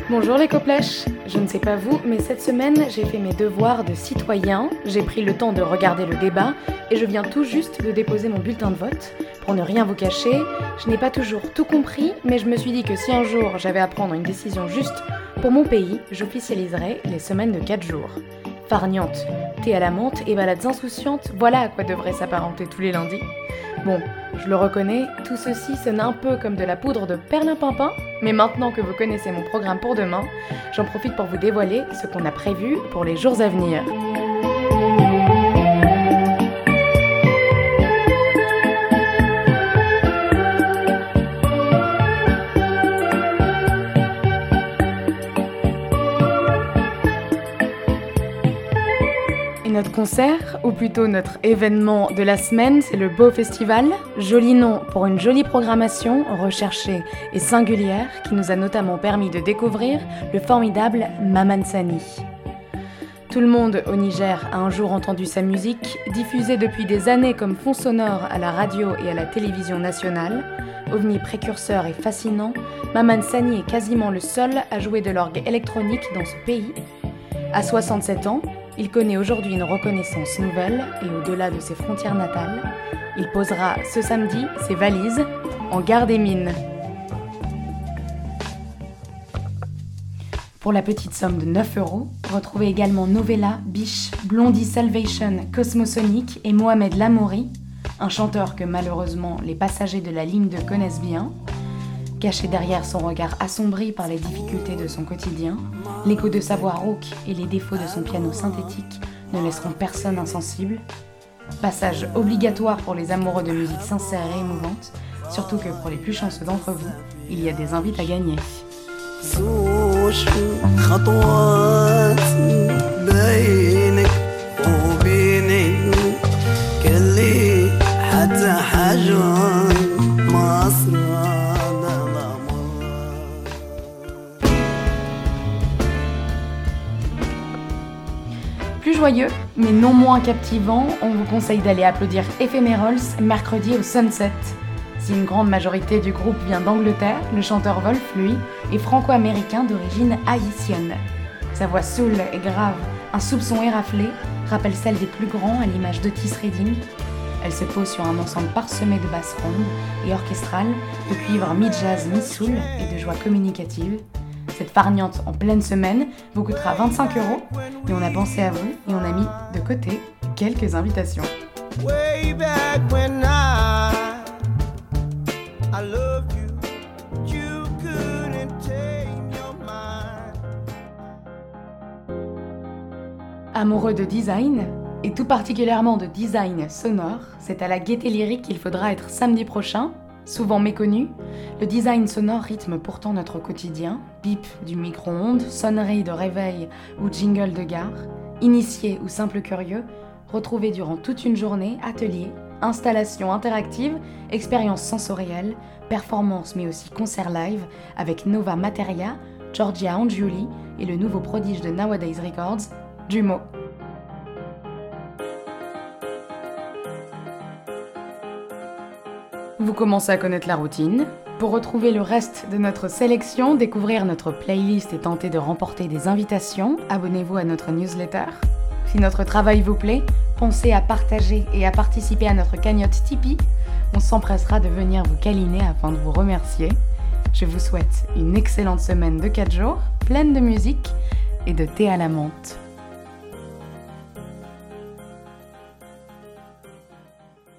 Bonjour les coplèches, je ne sais pas vous, mais cette semaine j'ai fait mes devoirs de citoyen, j'ai pris le temps de regarder le débat et je viens tout juste de déposer mon bulletin de vote. Pour ne rien vous cacher, je n'ai pas toujours tout compris, mais je me suis dit que si un jour j'avais à prendre une décision juste pour mon pays, j'officialiserais les semaines de 4 jours. Farniente, thé à la menthe et balades insouciantes, voilà à quoi devrait s'apparenter tous les lundis. Bon, je le reconnais, tout ceci sonne un peu comme de la poudre de perlimpinpin, mais maintenant que vous connaissez mon programme pour demain, j'en profite pour vous dévoiler ce qu'on a prévu pour les jours à venir. Notre concert, ou plutôt notre événement de la semaine, c'est le Beau Festival. Joli nom pour une jolie programmation, recherchée et singulière, qui nous a notamment permis de découvrir le formidable Maman Sani. Tout le monde au Niger a un jour entendu sa musique, diffusée depuis des années comme fond sonore à la radio et à la télévision nationale. OVNI précurseur et fascinant, Maman Sani est quasiment le seul à jouer de l'orgue électronique dans ce pays. À 67 ans, il connaît aujourd'hui une reconnaissance nouvelle et au-delà de ses frontières natales, il posera ce samedi ses valises en gare des Mines. Pour la petite somme de 9 €, retrouvez également Novella, Biche, Blondie Salvation, Cosmosonic et Mohamed Lamouri, un chanteur que malheureusement les passagers de la ligne 2 connaissent bien. Caché derrière son regard assombri par les difficultés de son quotidien, l'écho de sa voix rauque et les défauts de son piano synthétique ne laisseront personne insensible. Passage obligatoire pour les amoureux de musique sincère et émouvante, surtout que pour les plus chanceux d'entre vous, il y a des invites à gagner. Plus joyeux, mais non moins captivant, on vous conseille d'aller applaudir Ephemerals mercredi au Sunset. Si une grande majorité du groupe vient d'Angleterre, le chanteur Wolf, lui, est franco-américain d'origine haïtienne. Sa voix soul et grave, un soupçon éraflé, rappelle celle des plus grands à l'image d'Otis Redding. Elle se pose sur un ensemble parsemé de basses rondes et orchestrales, de cuivre mi-jazz, mi-soul et de joie communicative. Cette farniente en pleine semaine vous coûtera 25 €, mais on a pensé à vous et on a mis de côté quelques invitations. Way back when I loved you, you couldn't tame your mind. Amoureux de design, et tout particulièrement de design sonore, c'est à la Gaîté Lyrique qu'il faudra être samedi prochain. Souvent méconnu, le design sonore rythme pourtant notre quotidien. Bip du micro-ondes, sonnerie de réveil ou jingle de gare. Initiés ou simples curieux, retrouvez durant toute une journée ateliers, installations interactives, expériences sensorielles, performances mais aussi concerts live avec Nova Materia, Georgia Angiuli et le nouveau prodige de Nowadays Records, Jumo. Vous commencez à connaître la routine. Pour retrouver le reste de notre sélection, découvrir notre playlist et tenter de remporter des invitations, abonnez-vous à notre newsletter. Si notre travail vous plaît, pensez à partager et à participer à notre cagnotte Tipeee. On s'empressera de venir vous câliner afin de vous remercier. Je vous souhaite une excellente semaine de 4 jours, pleine de musique et de thé à la menthe.